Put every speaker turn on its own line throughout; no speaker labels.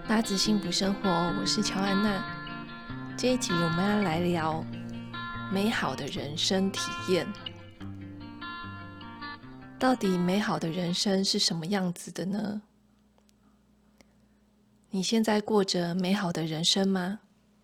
拉子幸福生活，我是乔安娜。这一集我们要来聊美好的人生体验。到底美好的人生是什么样子的呢？你现在过着美好的人生吗？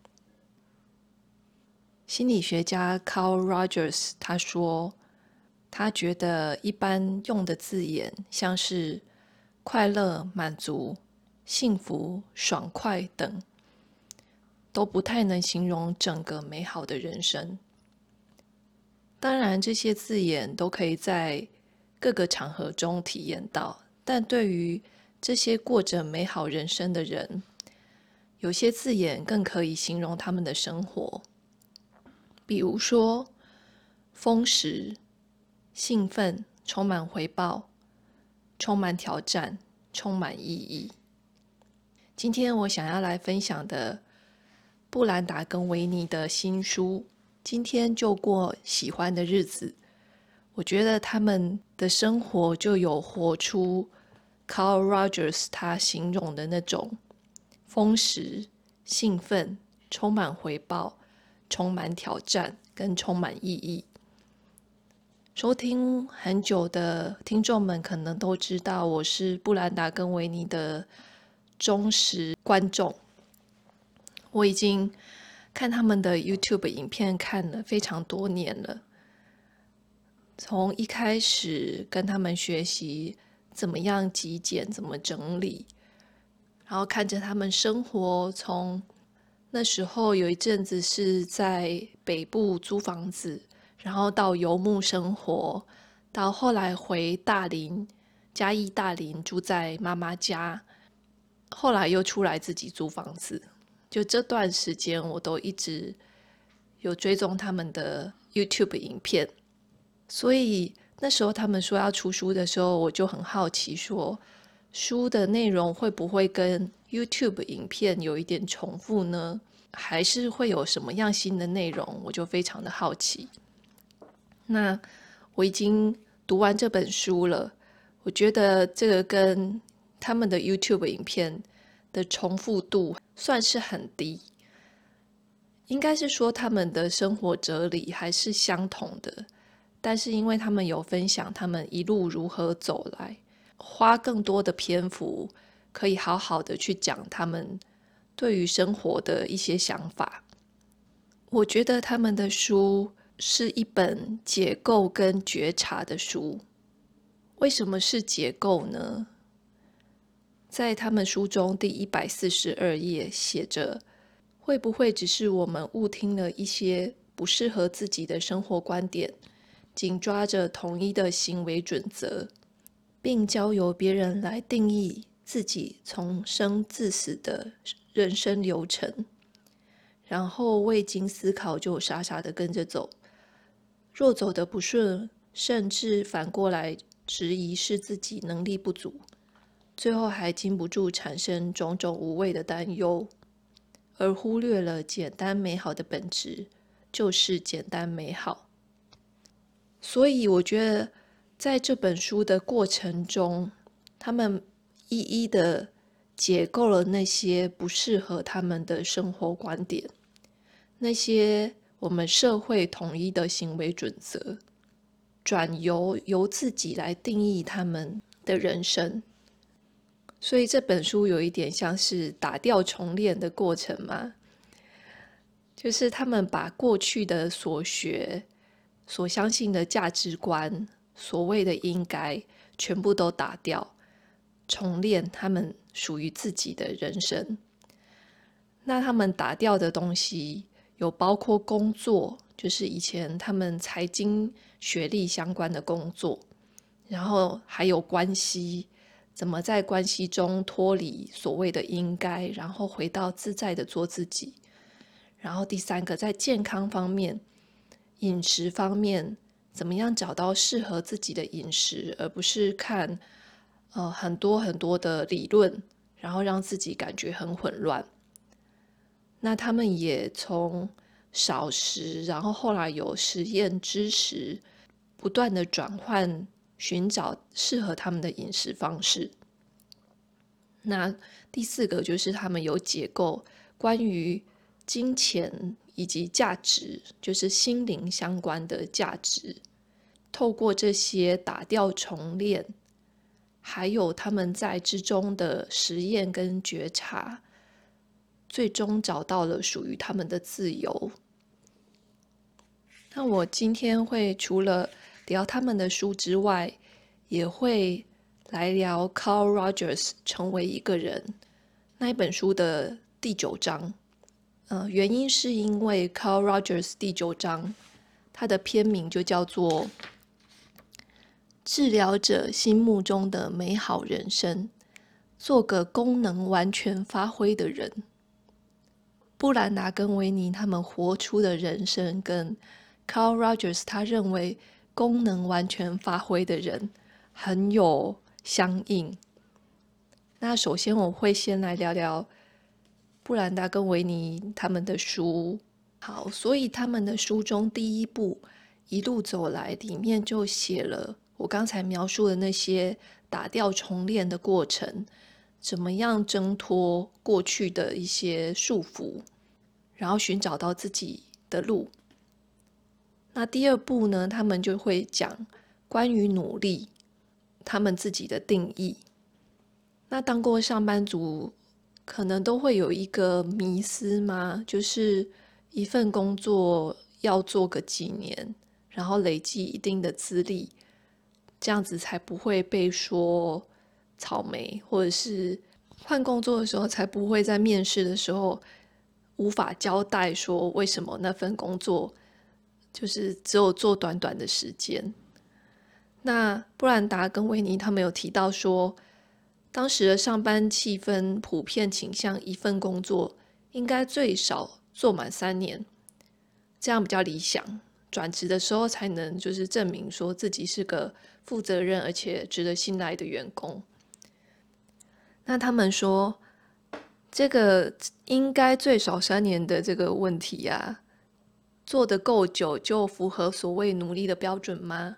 心理学家 Carl Rogers 他说，他觉得一般用的字眼像是快乐、满足、幸福、爽快等，都不太能形容整个美好的人生。当然，这些字眼都可以在各个场合中体验到，但对于这些过着美好人生的人，有些字眼更可以形容他们的生活。比如说，丰实、兴奋、充满回报、充满挑战、充满意义。今天我想要来分享的布兰达跟维尼的新书《今天就过喜欢的日子》，我觉得他们的生活就有活出 Carl Rogers 他形容的那种丰实、兴奋、充满回报、充满挑战跟充满意义。收听很久的听众们可能都知道，我是布兰达跟维尼的忠实观众。我已经看他们的 YouTube 影片看了非常多年了，从一开始跟他们学习怎么样极简、怎么整理，然后看着他们生活，从那时候有一阵子是在北部租房子，然后到游牧生活，到后来回大林、嘉义大林住在妈妈家，后来又出来自己租房子。就这段时间，我都一直有追踪他们的 YouTube 影片，所以那时候他们说要出书的时候，我就很好奇说，书的内容会不会跟 YouTube 影片有一点重复呢？还是会有什么样新的内容？我就非常的好奇。那我已经读完这本书了，我觉得这个跟他们的 YouTube 影片的重复度算是很低，应该是说他们的生活哲理还是相同的，但是因为他们有分享他们一路如何走来，花更多的篇幅可以好好的去讲他们对于生活的一些想法。我觉得他们的书是一本解构跟觉察的书。为什么是解构呢？在他们书中第142页写着，会不会只是我们误听了一些不适合自己的生活观点，紧抓着统一的行为准则，并交由别人来定义自己从生至死的人生流程，然后未经思考就傻傻的跟着走，若走得不顺，甚至反过来质疑是自己能力不足，最后还禁不住产生种种无谓的担忧，而忽略了简单美好的本质就是简单美好。所以我觉得在这本书的过程中，他们一一的解构了那些不适合他们的生活观点，那些我们社会统一的行为准则，转由自己来定义他们的人生。所以这本书有一点像是打掉重练的过程嘛，就是他们把过去的所学、所相信的价值观、所谓的应该，全部都打掉，重练他们属于自己的人生。那他们打掉的东西有包括工作，就是以前他们财经学历相关的工作，然后还有关系，怎么在关系中脱离所谓的应该，然后回到自在的做自己。然后第三个，在健康方面、饮食方面，怎么样找到适合自己的饮食，而不是看很多很多的理论，然后让自己感觉很混乱。那他们也从少食，然后后来有实验知识，不断的转换，寻找适合他们的饮食方式。 那第4个就是他们有解构关于金钱以及价值，就是心灵相关的价值，透过这些打掉重练，还有他们在之中的实验跟觉察，最终找到了属于他们的自由。那我今天会除了聊他们的书之外，也会来聊 Carl Rogers 成为一个人那一本书的第9章。原因是因为 Carl Rogers 第9章，它的篇名就叫做治疗者心目中的美好人生，做个功能完全发挥的人。布兰达跟维尼他们活出的人生跟 Carl Rogers 他认为功能完全发挥的人很有相应。那首先我会先来聊聊布兰达跟维尼他们的书。好，所以他们的书中第1部一路走来里面就写了我刚才描述的那些打掉重练的过程，怎么样挣脱过去的一些束缚，然后寻找到自己的路。那第2部呢，他们就会讲关于努力，他们自己的定义。那当过上班族可能都会有一个迷思嘛，就是一份工作要做个几年，然后累积一定的资历，这样子才不会被说草莓，或者是换工作的时候才不会在面试的时候无法交代说为什么那份工作就是只有做短短的时间。那布兰达跟维尼他们有提到说，当时的上班气氛普遍倾向一份工作应该最少做满3年，这样比较理想，转职的时候才能就是证明说自己是个负责任而且值得信赖的员工。那他们说这个应该最少3年的这个问题啊，做得够久就符合所谓努力的标准吗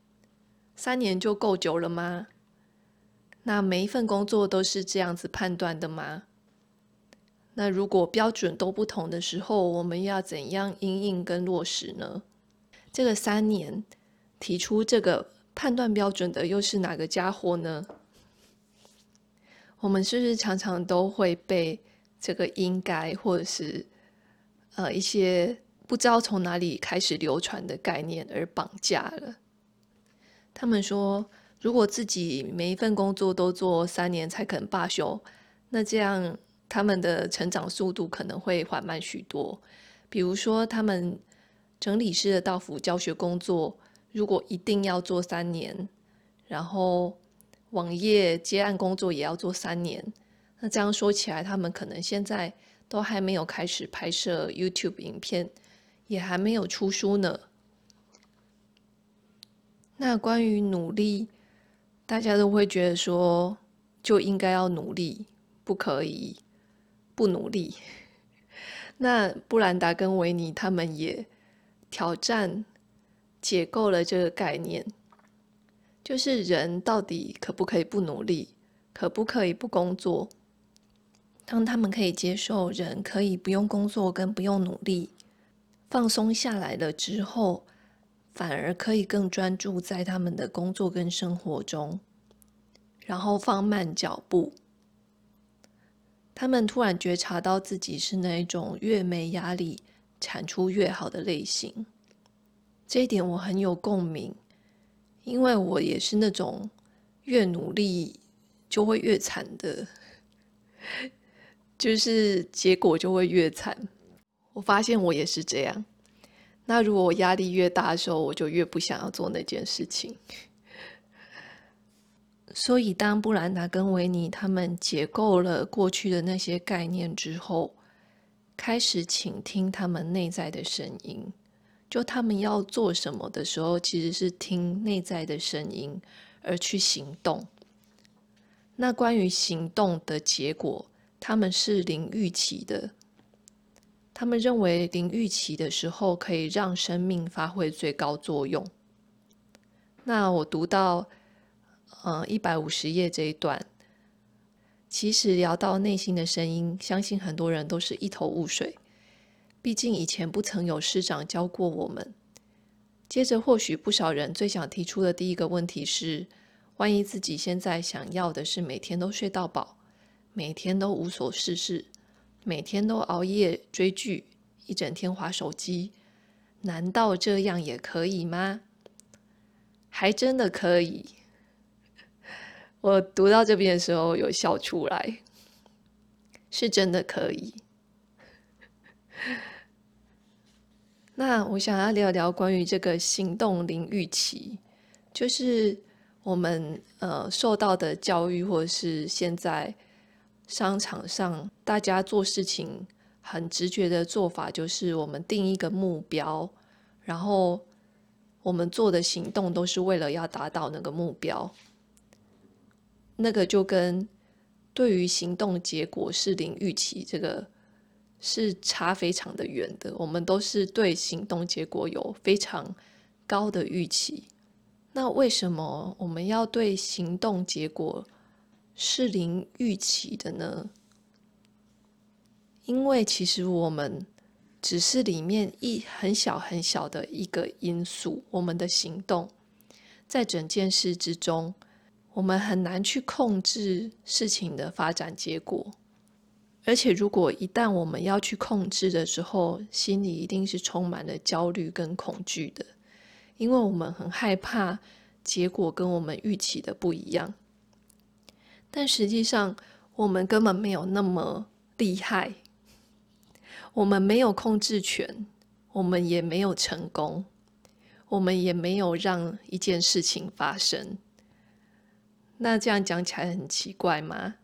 ？3年就够久了吗？那每一份工作都是这样子判断的吗？那如果标准都不同的时候，我们要怎样因应跟落实呢？这个3年提出这个判断标准的又是哪个家伙呢？我们是不是常常都会被这个应该或者是一些不知道从哪里开始流传的概念而绑架了？他们说，如果自己每一份工作都做3年才肯罢休，那这样他们的成长速度可能会缓慢许多。比如说，他们整理师的到府教学工作，如果一定要做3年，然后网页接案工作也要做3年，那这样说起来，他们可能现在都还没有开始拍摄 YouTube 影片，也还没有出书呢。那关于努力，大家都会觉得说，就应该要努力，不可以不努力。那布兰达跟维尼他们也挑战解构了这个概念，就是人到底可不可以不努力，可不可以不工作？当他们可以接受人可以不用工作跟不用努力，放松下来了之后，反而可以更专注在他们的工作跟生活中，然后放慢脚步。他们突然觉察到自己是那一种越没压力产出越好的类型，这一点我很有共鸣，因为我也是那种越努力就会越惨的，就是结果就会越惨。我发现我也是这样。那如果我压力越大的时候，我就越不想要做那件事情。所以当布兰达跟维尼他们解构了过去的那些概念之后，开始倾听他们内在的声音。就他们要做什么的时候，其实是听内在的声音而去行动。那关于行动的结果，他们是零预期的。他们认为零预期的时候可以让生命发挥最高作用。那我读到150页这一段， 其实聊到内心的声音，相信很多人都是一头雾水，毕竟以前不曾有师长教过我们。接着或许不少人最想提出的第一个问题是，万一自己现在想要的是每天都睡到饱，每天都无所事事，每天都熬夜追剧，一整天滑手机，难道这样也可以吗？还真的可以。我读到这边的时候有笑出来，是真的可以。那我想要聊聊关于这个行动零预期，就是我们受到的教育，或者是现在商场上大家做事情很直觉的做法，就是我们定一个目标，然后我们做的行动都是为了要达到那个目标。那个就跟对于行动结果是零预期，这个是差非常的远的。我们都是对行动结果有非常高的预期。那为什么我们要对行动结果是零预期的呢？因为其实我们只是里面很小很小的一个因素，我们的行动在整件事之中，我们很难去控制事情的发展结果。而且如果一旦我们要去控制的时候，心里一定是充满了焦虑跟恐惧的，因为我们很害怕结果跟我们预期的不一样。但实际上我们根本没有那么厉害，我们没有控制权，我们也没有成功，我们也没有让一件事情发生。那这样讲起来很奇怪吗？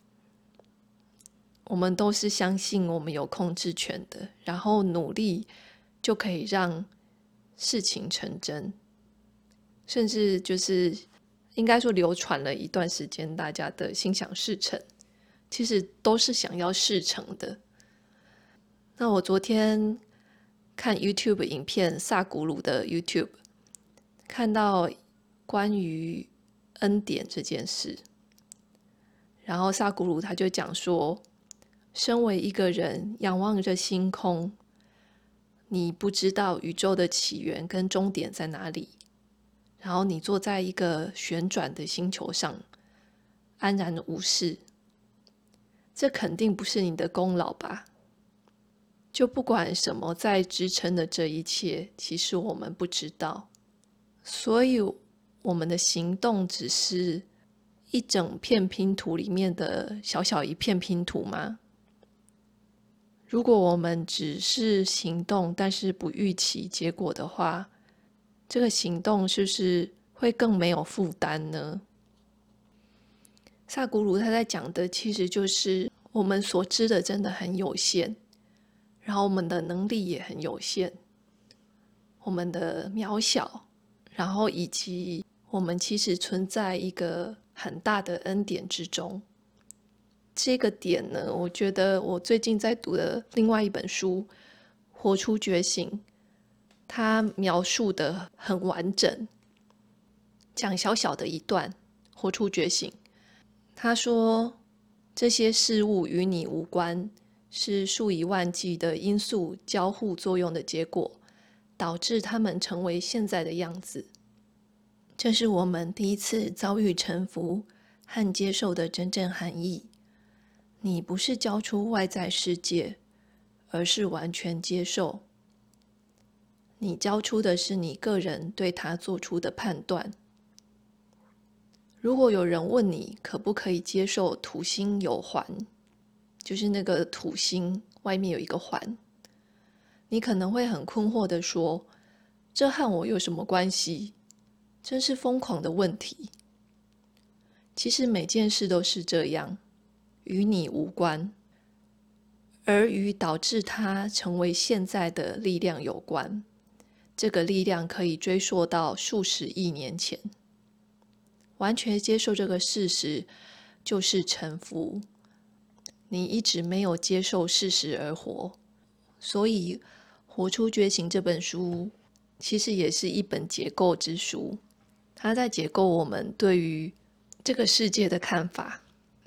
我们都是相信我们有控制权的，然后努力就可以让事情成真，甚至就是应该说流传了一段时间，大家的心想事成，其实都是想要事成的。那我昨天看 YouTube 影片，萨古鲁的 YouTube， 看到关于恩典这件事，然后萨古鲁他就讲说，身为一个人仰望着星空，你不知道宇宙的起源跟终点在哪里，然后你坐在一个旋转的星球上，安然无事，这肯定不是你的功劳吧？就不管什么在支撑的这一切，其实我们不知道，所以我们的行动只是一整片拼图里面的小小一片拼图吗？如果我们只是行动，但是不预期结果的话，这个行动是不是会更没有负担呢？萨古鲁他在讲的其实就是我们所知的真的很有限，然后我们的能力也很有限，我们的渺小，然后以及我们其实存在一个很大的恩典之中。这个点呢，我觉得我最近在读的另外一本书《活出觉醒》，它描述的很完整，讲小小的一段活出觉醒。他说，这些事物与你无关，是数以万计的因素交互作用的结果，导致它们成为现在的样子。这是我们第一次遭遇臣服和接受的真正含义。你不是交出外在世界，而是完全接受。你交出的是你个人对它做出的判断。如果有人问你可不可以接受土星有环，就是那个土星外面有一个环，你可能会很困惑地说，这和我有什么关系？真是疯狂的问题。其实每件事都是这样，与你无关，而与导致它成为现在的力量有关。这个力量可以追溯到数十亿年前。完全接受这个事实，就是臣服。你一直没有接受事实而活，所以《活出觉醒》这本书其实也是一本解构之书。它在解构我们对于这个世界的看法。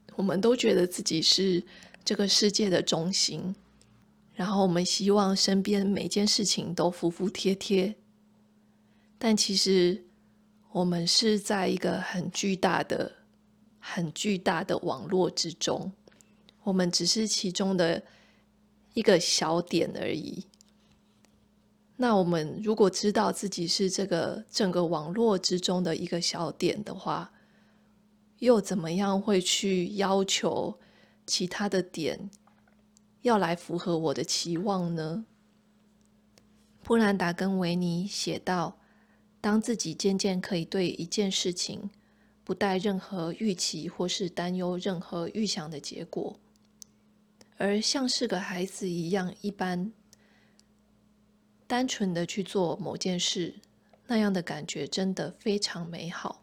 我们都觉得自己是这个世界的中心，然后我们希望身边每件事情都服服帖帖，但其实我们是在一个很巨大的网络之中，我们只是其中的一个小点而已。那我们如果知道自己是这个整个网络之中的一个小点的话，又怎么样会去要求其他的点要来符合我的期望呢？布兰达跟维尼写道，当自己渐渐可以对一件事情不带任何预期或是担忧任何预想的结果，而像是个孩子一样一般单纯的去做某件事，那样的感觉真的非常美好。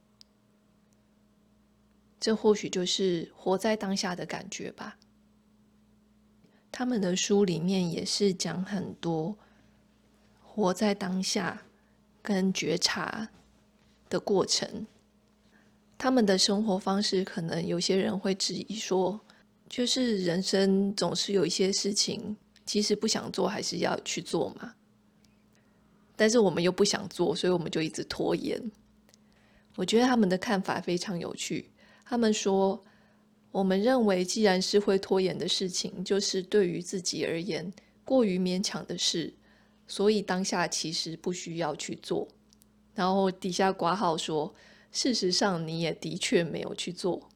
这或许就是活在当下的感觉吧。他们的书里面也是讲很多活在当下跟觉察的过程。他们的生活方式可能有些人会质疑说，就是人生总是有一些事情其实不想做还是要去做嘛，但是我们又不想做，所以我们就一直拖延。我觉得他们的看法非常有趣。他们说，我们认为既然是会拖延的事情，就是对于自己而言过于勉强的事，所以当下其实不需要去做。然后底下括号说，事实上你也的确没有去做。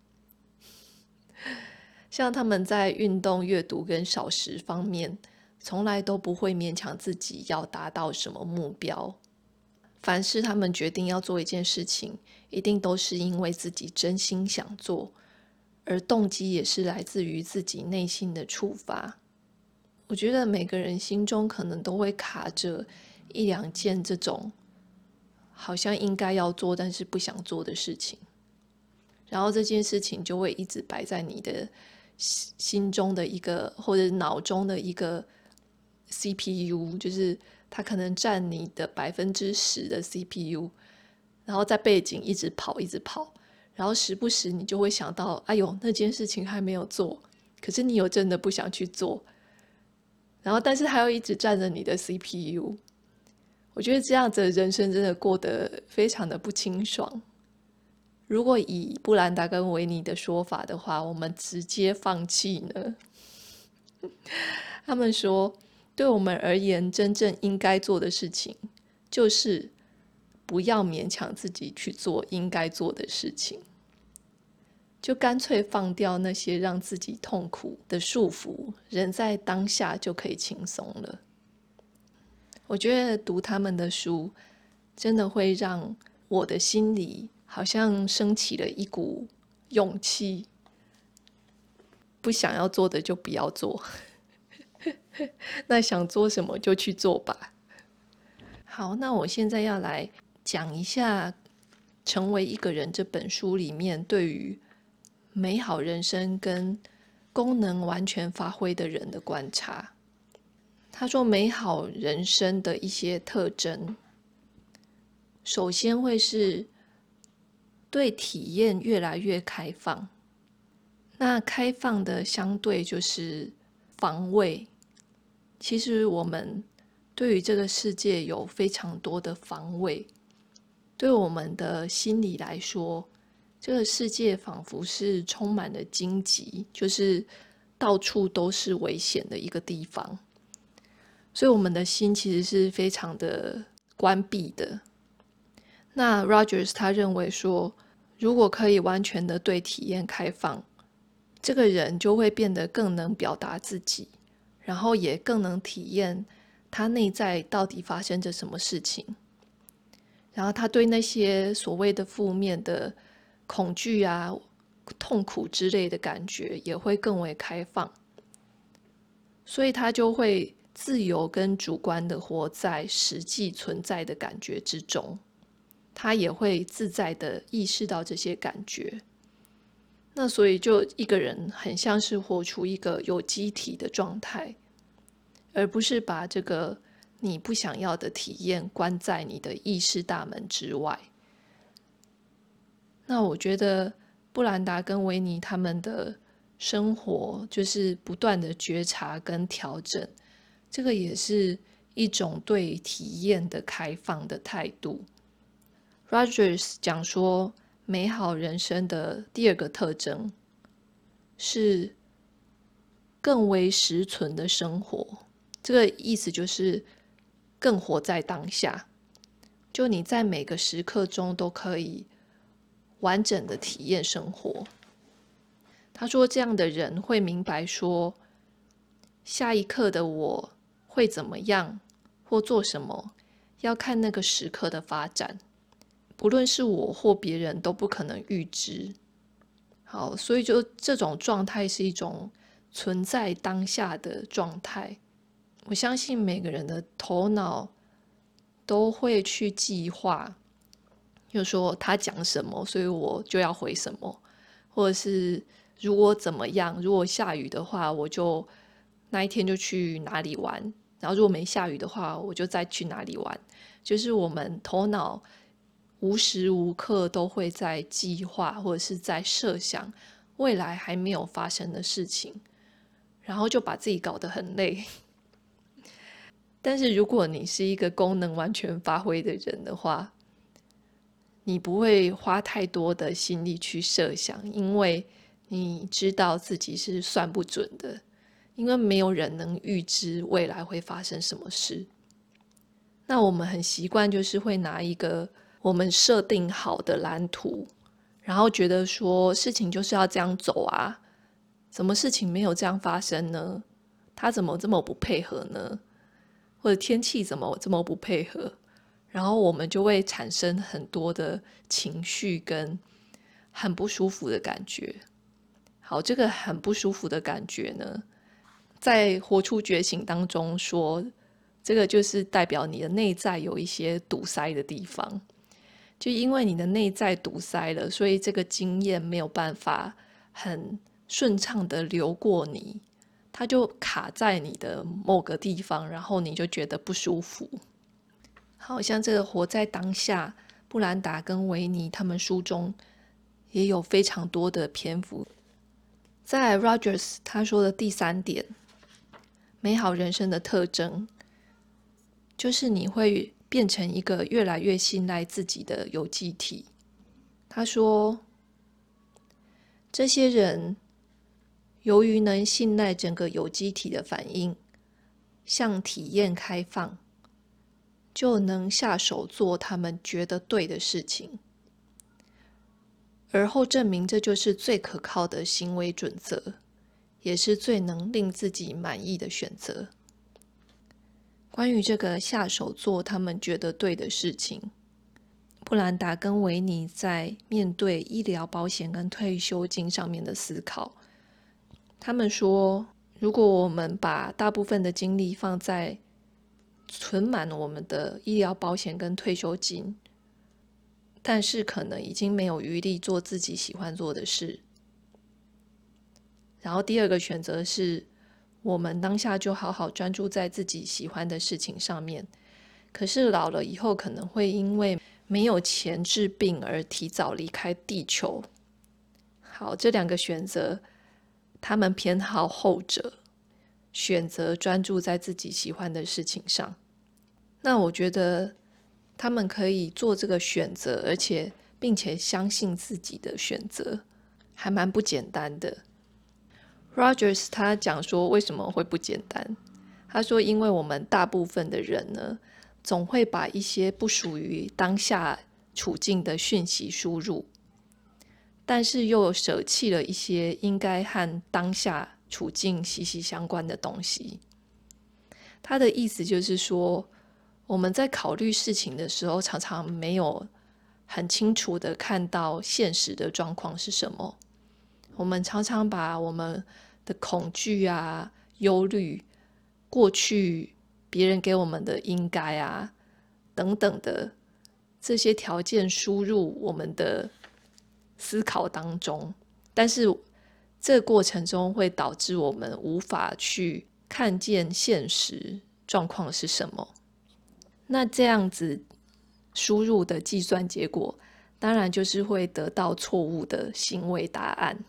像他们在运动、阅读跟少食方面，从来都不会勉强自己要达到什么目标。凡是他们决定要做一件事情，一定都是因为自己真心想做，而动机也是来自于自己内心的触发。我觉得每个人心中可能都会卡着一两件这种好像应该要做但是不想做的事情，然后这件事情就会一直摆在你的心中的一个或者脑中的一个 CPU， 就是它可能占你的10%的 CPU， 然后在背景一直跑，然后时不时你就会想到，哎呦，那件事情还没有做，可是你又真的不想去做，然后但是它又一直占着你的 CPU。我觉得这样子的人生真的过得非常的不清爽。如果以布兰达跟维尼的说法的话，我们直接放弃呢？他们说，对我们而言，真正应该做的事情，就是不要勉强自己去做应该做的事情，就干脆放掉那些让自己痛苦的束缚，人在当下就可以轻松了。我觉得读他们的书，真的会让我的心里好像升起了一股勇气，不想要做的就不要做，那想做什么就去做吧。好，那我现在要来讲一下《成为一个人》这本书里面对于美好人生跟功能完全发挥的人的观察。他说，美好人生的一些特征，首先会是对体验越来越开放。那开放的相对就是防卫。其实我们对于这个世界有非常多的防卫。对我们的心理来说，这个世界仿佛是充满了荆棘，就是到处都是危险的一个地方。所以我们的心其实是非常的关闭的。那 Rogers 他认为说，如果可以完全的对体验开放，这个人就会变得更能表达自己，然后也更能体验他内在到底发生着什么事情。然后他对那些所谓的负面的恐惧啊、痛苦之类的感觉也会更为开放，所以他就会自由跟主观的活在实际存在的感觉之中，他也会自在的意识到这些感觉。那所以就一个人很像是活出一个有机体的状态，而不是把这个你不想要的体验关在你的意识大门之外。那我觉得布兰达跟维尼他们的生活就是不断的觉察跟调整，这个也是一种对体验的开放的态度。Rogers 讲说，美好人生的第二个特征是更为实存的生活，这个意思就是更活在当下，就你在每个时刻中都可以完整的体验生活。他说这样的人会明白说，下一刻的我会怎么样或做什么，要看那个时刻的发展，不论是我或别人都不可能预知。好，所以就这种状态是一种存在当下的状态。我相信每个人的头脑都会去计划，就说他讲什么，所以我就要回什么，或者是如果怎么样，如果下雨的话，我就那一天就去哪里玩，然后如果没下雨的话，我就再去哪里玩。就是我们头脑无时无刻都会在计划或者是在设想未来还没有发生的事情，然后就把自己搞得很累。但是如果你是一个功能完全发挥的人的话，你不会花太多的心力去设想，因为你知道自己是算不准的，因为没有人能预知未来会发生什么事。那我们很习惯就是会拿一个我们设定好的蓝图，然后觉得说事情就是要这样走啊，什么事情没有这样发生呢？他怎么这么不配合呢？或者天气怎么这么不配合？然后我们就会产生很多的情绪跟很不舒服的感觉。好，这个很不舒服的感觉呢，在活出觉醒当中说，这个就是代表你的内在有一些堵塞的地方，就因为你的内在堵塞了，所以这个经验没有办法很顺畅的流过你，它就卡在你的某个地方，然后你就觉得不舒服。好像这个活在当下，布兰达跟维尼他们书中也有非常多的篇幅。在 Rogers 他说的第3点，美好人生的特征，就是你会变成一个越来越信赖自己的有机体。他说，这些人由于能信赖整个有机体的反应，向体验开放，就能下手做他们觉得对的事情，而后证明这就是最可靠的行为准则，也是最能令自己满意的选择。关于这个下手做他们觉得对的事情，布兰达跟维尼在面对医疗保险跟退休金上面的思考，他们说，如果我们把大部分的精力放在存满我们的医疗保险跟退休金，但是可能已经没有余力做自己喜欢做的事。然后第二个选择是，我们当下就好好专注在自己喜欢的事情上面，可是老了以后可能会因为没有钱治病而提早离开地球。好，这2个选择，他们偏好后者，选择专注在自己喜欢的事情上。那我觉得他们可以做这个选择，并且相信自己的选择，还蛮不简单的。Rogers 他讲说为什么会不简单，他说因为我们大部分的人呢，总会把一些不属于当下处境的讯息输入，但是又舍弃了一些应该和当下处境息息相关的东西。他的意思就是说，我们在考虑事情的时候，常常没有很清楚的看到现实的状况是什么。我们常常把我们的恐惧啊、忧虑、过去别人给我们的应该啊等等的这些条件输入我们的思考当中，但是这个过程中会导致我们无法去看见现实状况是什么。那这样子输入的计算结果当然就是会得到错误的行为答案。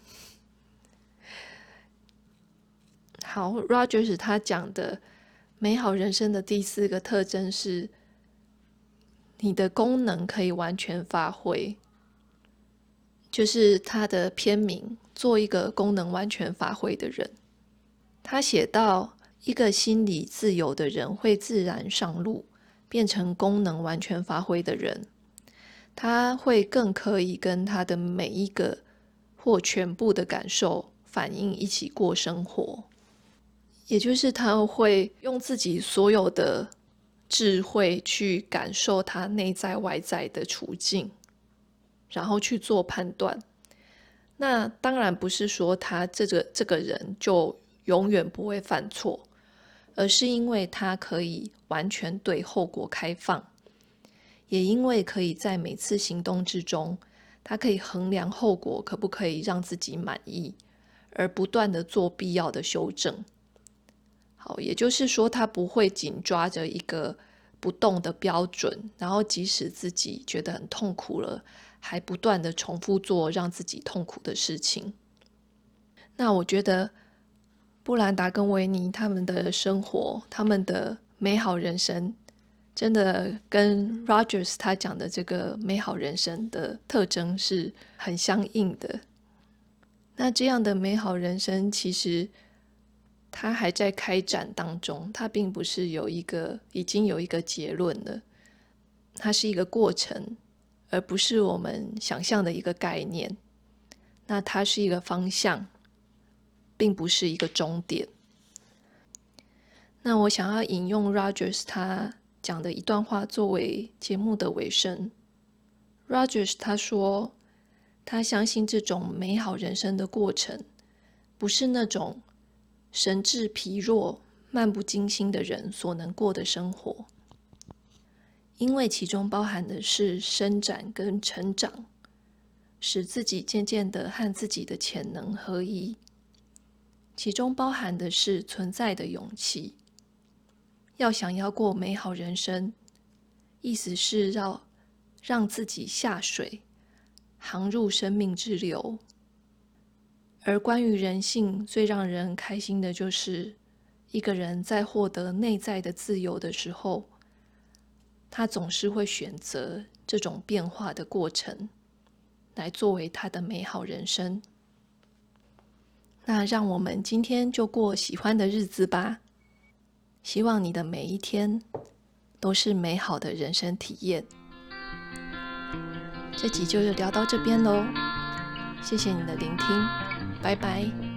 好 ，Rogers 他讲的美好人生的第4个特征是，你的功能可以完全发挥，就是他的篇名做一个功能完全发挥的人。他写到，一个心理自由的人会自然上路，变成功能完全发挥的人。他会更可以跟他的每一个或全部的感受反应一起过生活，也就是他会用自己所有的智慧去感受他内在外在的处境，然后去做判断。那当然不是说他这个人就永远不会犯错，而是因为他可以完全对后果开放，也因为可以在每次行动之中，他可以衡量后果可不可以让自己满意，而不断的做必要的修正。好，也就是说他不会紧抓着一个不动的标准，然后即使自己觉得很痛苦了，还不断的重复做让自己痛苦的事情。那我觉得布兰达跟维尼他们的生活，他们的美好人生，真的跟 Rogers 他讲的这个美好人生的特征是很相应的。那这样的美好人生其实它还在开展当中，它并不是已经有一个结论了，它是一个过程，而不是我们想象的一个概念。那它是一个方向，并不是一个终点。那我想要引用 Rogers 他讲的一段话作为节目的尾声。Rogers 他说，他相信这种美好人生的过程，不是那种神志疲弱、漫不经心的人所能过的生活，因为其中包含的是伸展跟成长，使自己渐渐的和自己的潜能合一，其中包含的是存在的勇气。要想要过美好人生，意思是要让自己下水，航入生命之流。而关于人性最让人开心的就是，一个人在获得内在的自由的时候，他总是会选择这种变化的过程，来作为他的美好人生。那让我们今天就过喜欢的日子吧，希望你的每一天都是美好的人生体验。这集就聊到这边咯，谢谢你的聆听，拜拜。